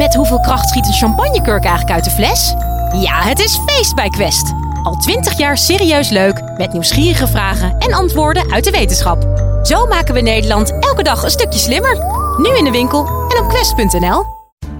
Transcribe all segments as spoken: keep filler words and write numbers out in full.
Met hoeveel kracht schiet een champagnekurk eigenlijk uit de fles? Ja, het is feest bij Quest. Al twintig jaar serieus leuk, met nieuwsgierige vragen en antwoorden uit de wetenschap. Zo maken we Nederland elke dag een stukje slimmer. Nu in de winkel en op quest punt n l.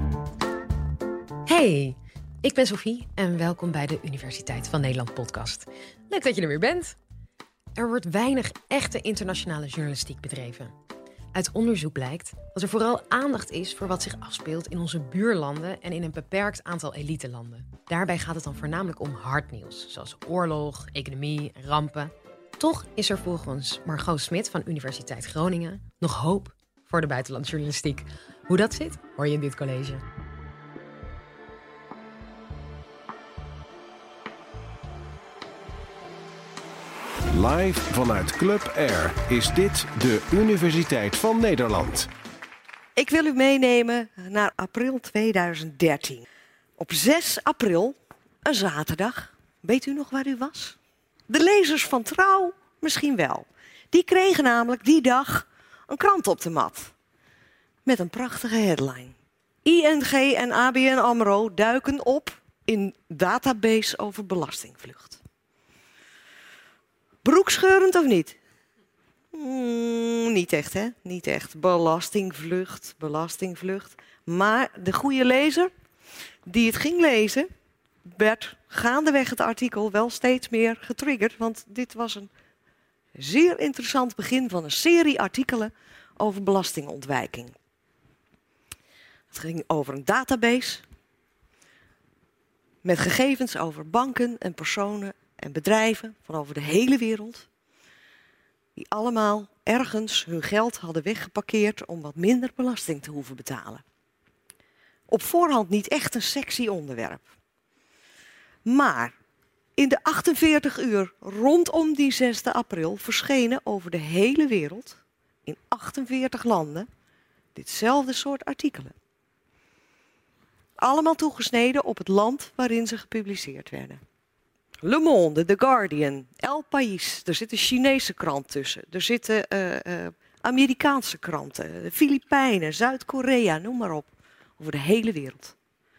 Hey, ik ben Sophie en welkom bij de Universiteit van Nederland podcast. Leuk dat je er weer bent. Er wordt weinig echte internationale journalistiek bedreven. Uit onderzoek blijkt dat er vooral aandacht is voor wat zich afspeelt in onze buurlanden en in een beperkt aantal elitelanden. Daarbij gaat het dan voornamelijk om hardnieuws, zoals oorlog, economie, rampen. Toch is er volgens Margot Smit van Universiteit Groningen nog hoop voor de buitenlandjournalistiek. Hoe dat zit, hoor je in dit college. Live vanuit Club Air is dit de Universiteit van Nederland. Ik wil u meenemen naar april tweeduizend dertien. Op zes april, een zaterdag, weet u nog waar u was? De lezers van Trouw misschien wel. Die kregen namelijk die dag een krant op de mat. Met een prachtige headline. I N G en A B N AMRO duiken op in database over belastingvlucht. Broekscheurend of niet? Mm, niet echt, hè? Niet echt. Belastingvlucht, belastingvlucht. Maar de goede lezer die het ging lezen, werd gaandeweg het artikel wel steeds meer getriggerd. Want dit was een zeer interessant begin van een serie artikelen over belastingontwijking. Het ging over een database met gegevens over banken en personen en bedrijven van over de hele wereld, die allemaal ergens hun geld hadden weggeparkeerd om wat minder belasting te hoeven betalen. Op voorhand niet echt een sexy onderwerp. Maar in de achtenveertig uur rondom die zesde april verschenen over de hele wereld, in achtenveertig landen, ditzelfde soort artikelen. Allemaal toegesneden op het land waarin ze gepubliceerd werden. Le Monde, The Guardian, El País, er zitten Chinese kranten tussen, er zitten uh, uh, Amerikaanse kranten, de Filipijnen, Zuid-Korea, noem maar op, over de hele wereld.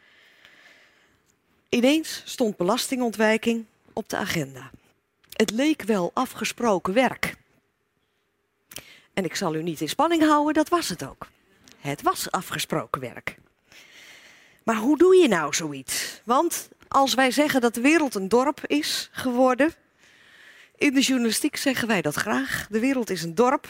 Ineens stond belastingontwijking op de agenda. Het leek wel afgesproken werk. En ik zal u niet in spanning houden, dat was het ook. Het was afgesproken werk. Maar hoe doe je nou zoiets? Want als wij zeggen dat de wereld een dorp is geworden, in de journalistiek zeggen wij dat graag. De wereld is een dorp.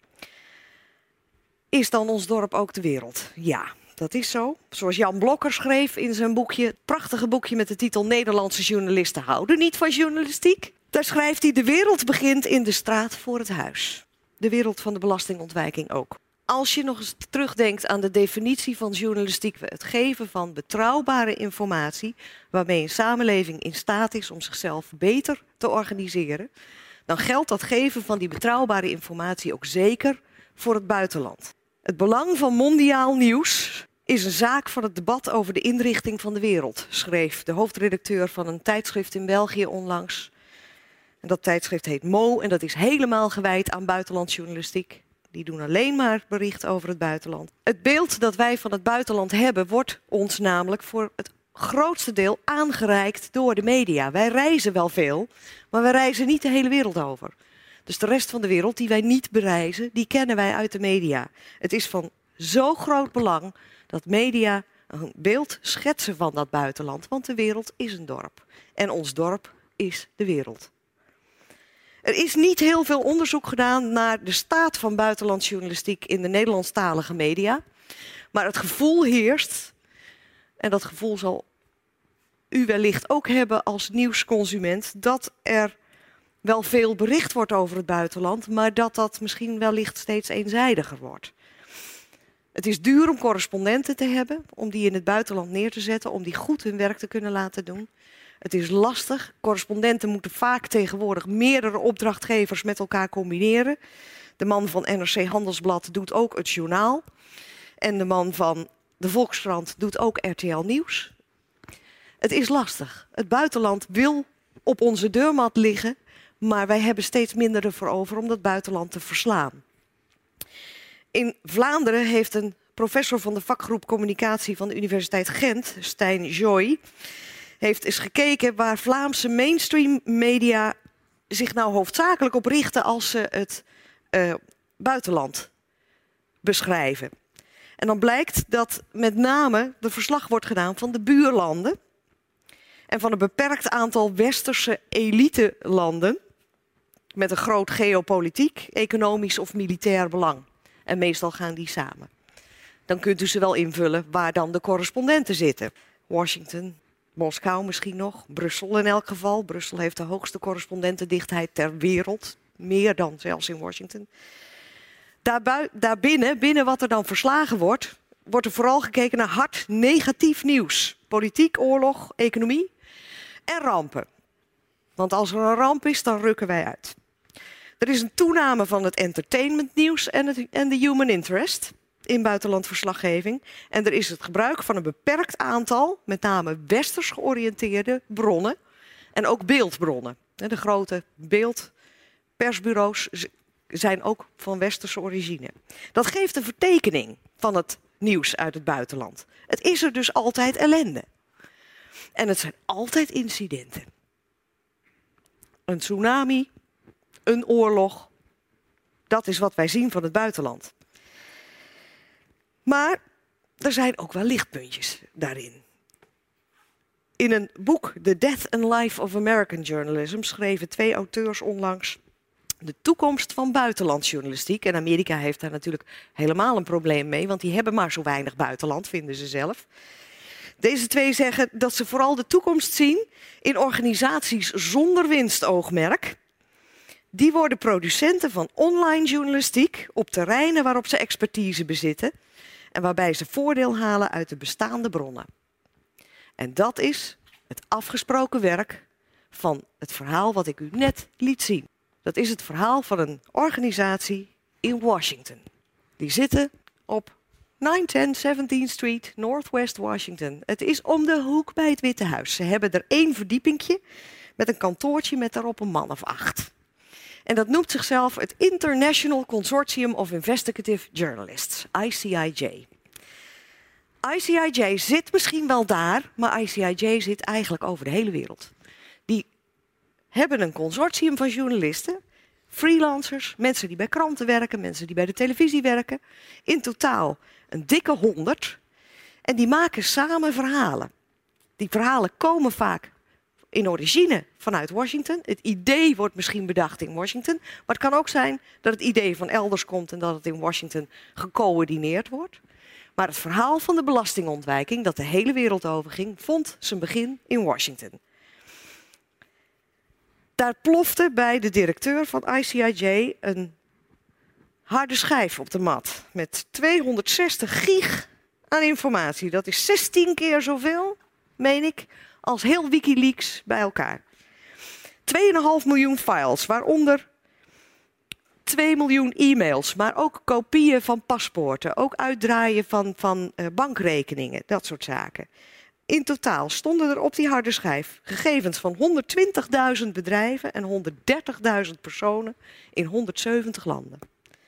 Is dan ons dorp ook de wereld? Ja, dat is zo. Zoals Jan Blokker schreef in zijn boekje, het prachtige boekje met de titel Nederlandse journalisten houden niet van journalistiek. Daar schrijft hij: de wereld begint in de straat voor het huis. De wereld van de belastingontwijking ook. Als je nog eens terugdenkt aan de definitie van journalistiek, het geven van betrouwbare informatie, waarmee een samenleving in staat is om zichzelf beter te organiseren, dan geldt dat geven van die betrouwbare informatie ook zeker voor het buitenland. Het belang van mondiaal nieuws is een zaak van het debat over de inrichting van de wereld, schreef de hoofdredacteur van een tijdschrift in België onlangs. En dat tijdschrift heet Mo en dat is helemaal gewijd aan buitenlandsjournalistiek. Die doen alleen maar bericht over het buitenland. Het beeld dat wij van het buitenland hebben, wordt ons namelijk voor het grootste deel aangereikt door de media. Wij reizen wel veel, maar wij reizen niet de hele wereld over. Dus de rest van de wereld die wij niet bereizen, die kennen wij uit de media. Het is van zo groot belang dat media een beeld schetsen van dat buitenland. Want de wereld is een dorp. En ons dorp is de wereld. Er is niet heel veel onderzoek gedaan naar de staat van buitenlandsjournalistiek in de Nederlandstalige media. Maar het gevoel heerst, en dat gevoel zal u wellicht ook hebben als nieuwsconsument, dat er wel veel bericht wordt over het buitenland, maar dat dat misschien wellicht steeds eenzijdiger wordt. Het is duur om correspondenten te hebben, om die in het buitenland neer te zetten, om die goed hun werk te kunnen laten doen. Het is lastig. Correspondenten moeten vaak tegenwoordig meerdere opdrachtgevers met elkaar combineren. De man van N R C Handelsblad doet ook het journaal. En de man van de Volkskrant doet ook R T L Nieuws. Het is lastig. Het buitenland wil op onze deurmat liggen, maar wij hebben steeds minder ervoor over om dat buitenland te verslaan. In Vlaanderen heeft een professor van de vakgroep Communicatie van de Universiteit Gent, Stijn Joy, heeft eens gekeken waar Vlaamse mainstream media zich nou hoofdzakelijk op richten als ze het uh, buitenland beschrijven. En dan blijkt dat met name de verslag wordt gedaan van de buurlanden en van een beperkt aantal westerse elite-landen met een groot geopolitiek, economisch of militair belang. En meestal gaan die samen. Dan kunt u ze wel invullen waar dan de correspondenten zitten. Washington, Moskou misschien nog, Brussel in elk geval. Brussel heeft de hoogste correspondentendichtheid ter wereld. Meer dan zelfs in Washington. Daarbui, daarbinnen, binnen wat er dan verslagen wordt, wordt er vooral gekeken naar hard negatief nieuws. Politiek, oorlog, economie en rampen. Want als er een ramp is, dan rukken wij uit. Er is een toename van het entertainmentnieuws en, het, en de human interest in buitenlandverslaggeving. En er is het gebruik van een beperkt aantal, met name westers georiënteerde bronnen en ook beeldbronnen. De grote beeldpersbureaus zijn ook van westerse origine. Dat geeft een vertekening van het nieuws uit het buitenland. Het is er dus altijd ellende. En het zijn altijd incidenten. Een tsunami, een oorlog, dat is wat wij zien van het buitenland. Maar er zijn ook wel lichtpuntjes daarin. In een boek, The Death and Life of American Journalism, schreven twee auteurs onlangs de toekomst van buitenlandsjournalistiek. En Amerika heeft daar natuurlijk helemaal een probleem mee, want die hebben maar zo weinig buitenland, vinden ze zelf. Deze twee zeggen dat ze vooral de toekomst zien in organisaties zonder winstoogmerk. Die worden producenten van online journalistiek op terreinen waarop ze expertise bezitten en waarbij ze voordeel halen uit de bestaande bronnen. En dat is het afgesproken werk van het verhaal wat ik u net liet zien. Dat is het verhaal van een organisatie in Washington. Die zitten op nine ten seventeenth Street, Northwest Washington. Het is om de hoek bij het Witte Huis. Ze hebben er één verdiepingje met een kantoortje met daarop een man of acht. En dat noemt zichzelf het International Consortium of Investigative Journalists, I C I J. I C I J zit misschien wel daar, maar I C I J zit eigenlijk over de hele wereld. Die hebben een consortium van journalisten, freelancers, mensen die bij kranten werken, mensen die bij de televisie werken. In totaal een dikke honderd. En die maken samen verhalen. Die verhalen komen vaak in origine vanuit Washington. Het idee wordt misschien bedacht in Washington. Maar het kan ook zijn dat het idee van elders komt en dat het in Washington gecoördineerd wordt. Maar het verhaal van de belastingontwijking, dat de hele wereld overging, vond zijn begin in Washington. Daar plofte bij de directeur van I C I J een harde schijf op de mat. Met tweehonderdzestig gig aan informatie. Dat is zestien keer zoveel, meen ik, als heel Wikileaks bij elkaar. twee komma vijf miljoen files, waaronder twee miljoen e-mails. Maar ook kopieën van paspoorten. Ook uitdraaien van, van uh, bankrekeningen. Dat soort zaken. In totaal stonden er op die harde schijf gegevens van honderdtwintigduizend bedrijven en honderddertigduizend personen in honderdzeventig landen.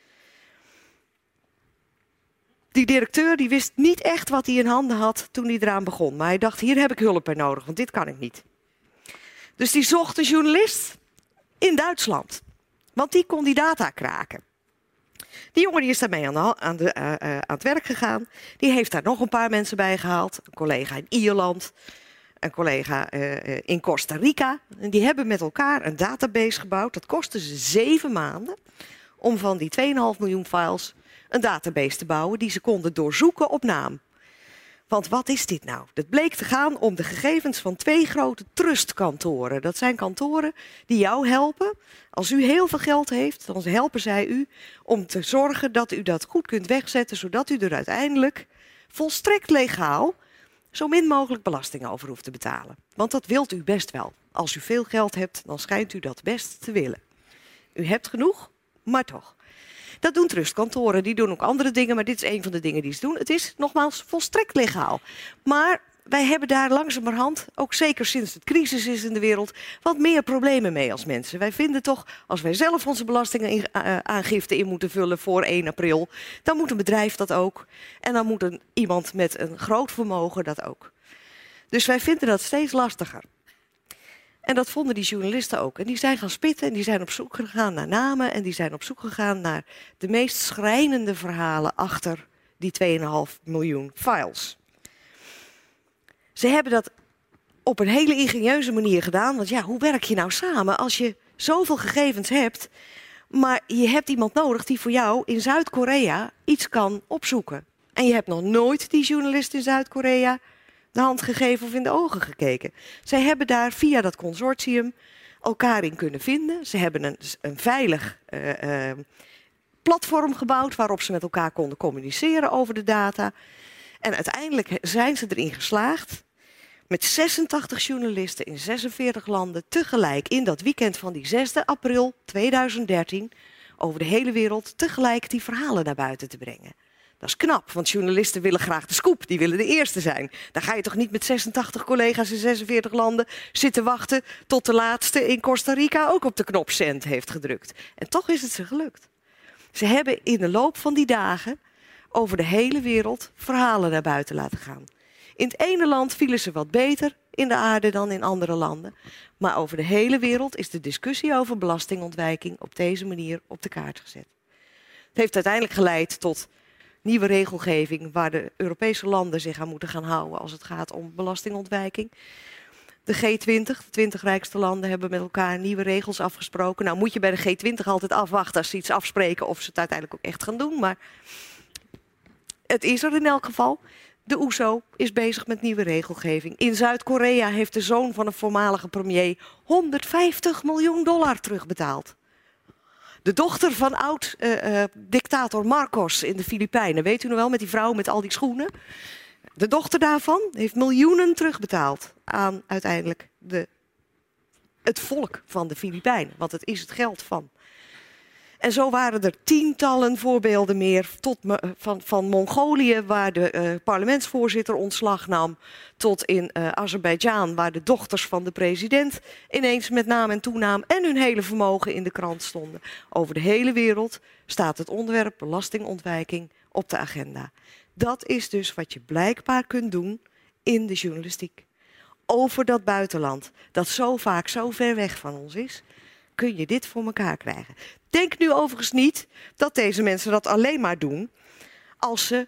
Die directeur die wist niet echt wat hij in handen had toen hij eraan begon. Maar hij dacht, hier heb ik hulp bij nodig, want dit kan ik niet. Dus die zocht een journalist in Duitsland. Want die kon die data kraken. Die jongen die is daarmee aan, de, aan, de, uh, uh, aan het werk gegaan. Die heeft daar nog een paar mensen bij gehaald. Een collega in Ierland, een collega uh, uh, in Costa Rica. En die hebben met elkaar een database gebouwd. Dat kostte ze zeven maanden om van die twee komma vijf miljoen files een database te bouwen die ze konden doorzoeken op naam. Want wat is dit nou? Het bleek te gaan om de gegevens van twee grote trustkantoren. Dat zijn kantoren die jou helpen. Als u heel veel geld heeft, dan helpen zij u om te zorgen dat u dat goed kunt wegzetten, zodat u er uiteindelijk volstrekt legaal zo min mogelijk belasting over hoeft te betalen. Want dat wilt u best wel. Als u veel geld hebt, dan schijnt u dat best te willen. U hebt genoeg, maar toch. Dat doen trustkantoren, die doen ook andere dingen, maar dit is een van de dingen die ze doen. Het is nogmaals volstrekt legaal. Maar wij hebben daar langzamerhand, ook zeker sinds het crisis is in de wereld, wat meer problemen mee als mensen. Wij vinden toch, als wij zelf onze belastingaangifte in moeten vullen voor één april, dan moet een bedrijf dat ook. En dan moet een, iemand met een groot vermogen dat ook. Dus wij vinden dat steeds lastiger. En dat vonden die journalisten ook. En die zijn gaan spitten en die zijn op zoek gegaan naar namen en die zijn op zoek gegaan naar de meest schrijnende verhalen achter die twee komma vijf miljoen files. Ze hebben dat op een hele ingenieuze manier gedaan. Want ja, hoe werk je nou samen als je zoveel gegevens hebt, maar je hebt iemand nodig die voor jou in Zuid-Korea iets kan opzoeken. En je hebt nog nooit die journalist in Zuid-Korea de hand gegeven of in de ogen gekeken. Zij hebben daar via dat consortium elkaar in kunnen vinden. Ze hebben een, een veilig uh, uh, platform gebouwd waarop ze met elkaar konden communiceren over de data. En uiteindelijk zijn ze erin geslaagd met zesentachtig journalisten in zesenveertig landen tegelijk in dat weekend van die zesde april tweeduizend dertien over de hele wereld tegelijk die verhalen naar buiten te brengen. Dat is knap, want journalisten willen graag de scoop, die willen de eerste zijn. Dan ga je toch niet met zesentachtig collega's in zesenveertig landen zitten wachten tot de laatste in Costa Rica ook op de knop send heeft gedrukt. En toch is het ze gelukt. Ze hebben in de loop van die dagen over de hele wereld verhalen naar buiten laten gaan. In het ene land vielen ze wat beter in de aarde dan in andere landen. Maar over de hele wereld is de discussie over belastingontwijking op deze manier op de kaart gezet. Het heeft uiteindelijk geleid tot nieuwe regelgeving waar de Europese landen zich aan moeten gaan houden als het gaat om belastingontwijking. De G twintig, de twintig rijkste landen, hebben met elkaar nieuwe regels afgesproken. Nou moet je bij de G twintig altijd afwachten als ze iets afspreken of ze het uiteindelijk ook echt gaan doen. Maar het is er in elk geval. De O E S O is bezig met nieuwe regelgeving. In Zuid-Korea heeft de zoon van een voormalige premier honderdvijftig miljoen dollar terugbetaald. De dochter van oud-dictator uh, uh, Marcos in de Filipijnen. Weet u nog wel, met die vrouw met al die schoenen? De dochter daarvan heeft miljoenen terugbetaald aan uiteindelijk de, het volk van de Filipijnen. Want het is het geld van. En zo waren er tientallen voorbeelden meer. Tot, van, van Mongolië, waar de uh, parlementsvoorzitter ontslag nam. Tot in uh, Azerbeidzjan, waar de dochters van de president ineens met naam en toenaam en hun hele vermogen in de krant stonden. Over de hele wereld staat het onderwerp belastingontwijking op de agenda. Dat is dus wat je blijkbaar kunt doen in de journalistiek. Over dat buitenland, dat zo vaak zo ver weg van ons is, kun je dit voor elkaar krijgen. Denk nu overigens niet dat deze mensen dat alleen maar doen als ze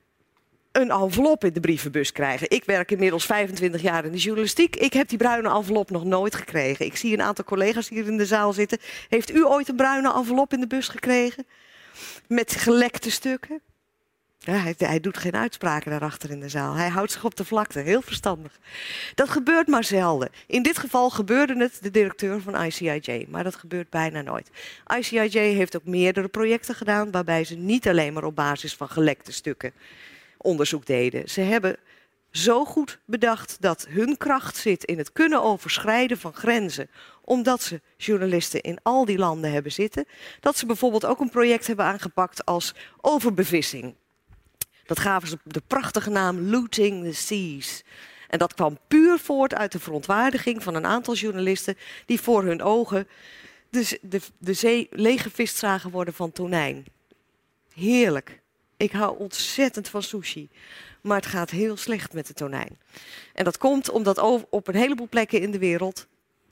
een envelop in de brievenbus krijgen. Ik werk inmiddels vijfentwintig jaar in de journalistiek. Ik heb die bruine envelop nog nooit gekregen. Ik zie een aantal collega's hier in de zaal zitten. Heeft u ooit een bruine envelop in de bus gekregen? Met gelekte stukken? Ja, hij, hij doet geen uitspraken daarachter in de zaal. Hij houdt zich op de vlakte, heel verstandig. Dat gebeurt maar zelden. In dit geval gebeurde het de directeur van I C I J, maar dat gebeurt bijna nooit. I C I J heeft ook meerdere projecten gedaan waarbij ze niet alleen maar op basis van gelekte stukken onderzoek deden. Ze hebben zo goed bedacht dat hun kracht zit in het kunnen overschrijden van grenzen, omdat ze journalisten in al die landen hebben zitten, dat ze bijvoorbeeld ook een project hebben aangepakt als overbevissing. Dat gaven ze de prachtige naam Looting the Seas. En dat kwam puur voort uit de verontwaardiging van een aantal journalisten die voor hun ogen de, de, de zee leeggevist zagen worden van tonijn. Heerlijk. Ik hou ontzettend van sushi. Maar het gaat heel slecht met de tonijn. En dat komt omdat op een heleboel plekken in de wereld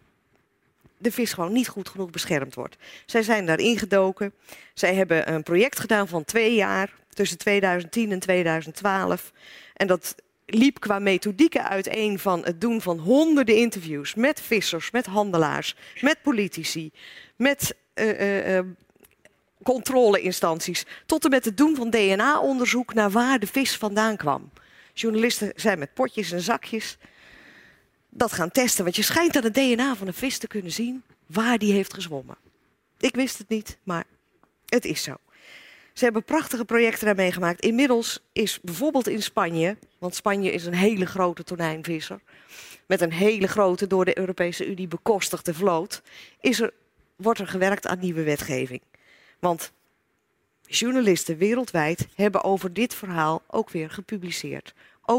de vis gewoon niet goed genoeg beschermd wordt. Zij zijn daar ingedoken. Zij hebben een project gedaan van twee jaar, tussen tweeduizend tien en tweeduizend twaalf. En dat liep qua methodieken uiteen van het doen van honderden interviews met vissers, met handelaars, met politici, met uh, uh, controleinstanties, tot en met het doen van D N A-onderzoek naar waar de vis vandaan kwam. Journalisten zijn met potjes en zakjes dat gaan testen, want je schijnt aan het D N A van een vis te kunnen zien waar die heeft gezwommen. Ik wist het niet, maar het is zo. Ze hebben prachtige projecten daarmee gemaakt. Inmiddels is bijvoorbeeld in Spanje, want Spanje is een hele grote tonijnvisser, met een hele grote door de Europese Unie bekostigde vloot, is er, wordt er gewerkt aan nieuwe wetgeving. Want journalisten wereldwijd hebben over dit verhaal ook weer gepubliceerd. Ook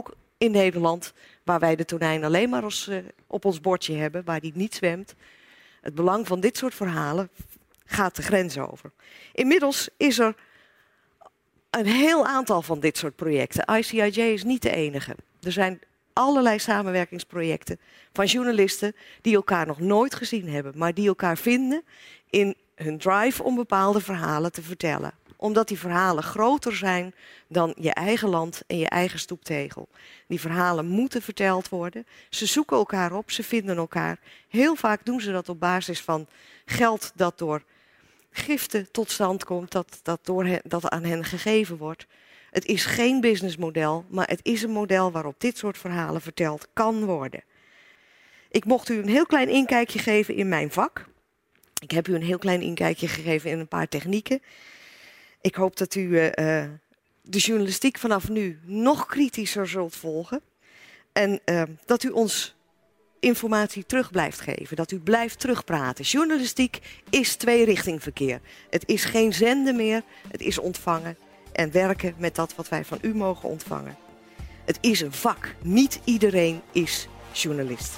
in Nederland, waar wij de tonijn alleen maar als, uh, op ons bordje hebben, waar die niet zwemt. Het belang van dit soort verhalen gaat de grens over. Inmiddels is er een heel aantal van dit soort projecten. I C I J is niet de enige. Er zijn allerlei samenwerkingsprojecten van journalisten die elkaar nog nooit gezien hebben, maar die elkaar vinden in hun drive om bepaalde verhalen te vertellen. Omdat die verhalen groter zijn dan je eigen land en je eigen stoeptegel. Die verhalen moeten verteld worden. Ze zoeken elkaar op, ze vinden elkaar. Heel vaak doen ze dat op basis van geld dat door giften tot stand komt, dat, dat, door hen, dat aan hen gegeven wordt. Het is geen businessmodel, maar het is een model waarop dit soort verhalen verteld kan worden. Ik mocht u een heel klein inkijkje geven in mijn vak. Ik heb u een heel klein inkijkje gegeven in een paar technieken. Ik hoop dat u uh, de journalistiek vanaf nu nog kritischer zult volgen. En uh, dat u ons informatie terug blijft geven. Dat u blijft terugpraten. Journalistiek is tweerichtingverkeer. Het is geen zenden meer, het is ontvangen. En werken met dat wat wij van u mogen ontvangen. Het is een vak. Niet iedereen is journalist.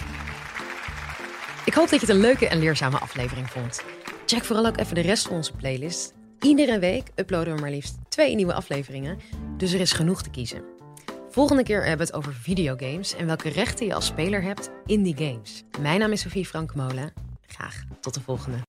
Ik hoop dat je het een leuke en leerzame aflevering vond. Check vooral ook even de rest van onze playlist. Iedere week uploaden we maar liefst twee nieuwe afleveringen. Dus er is genoeg te kiezen. Volgende keer hebben we het over videogames en welke rechten je als speler hebt in die games. Mijn naam is Sophie Franke-Molen. Graag tot de volgende.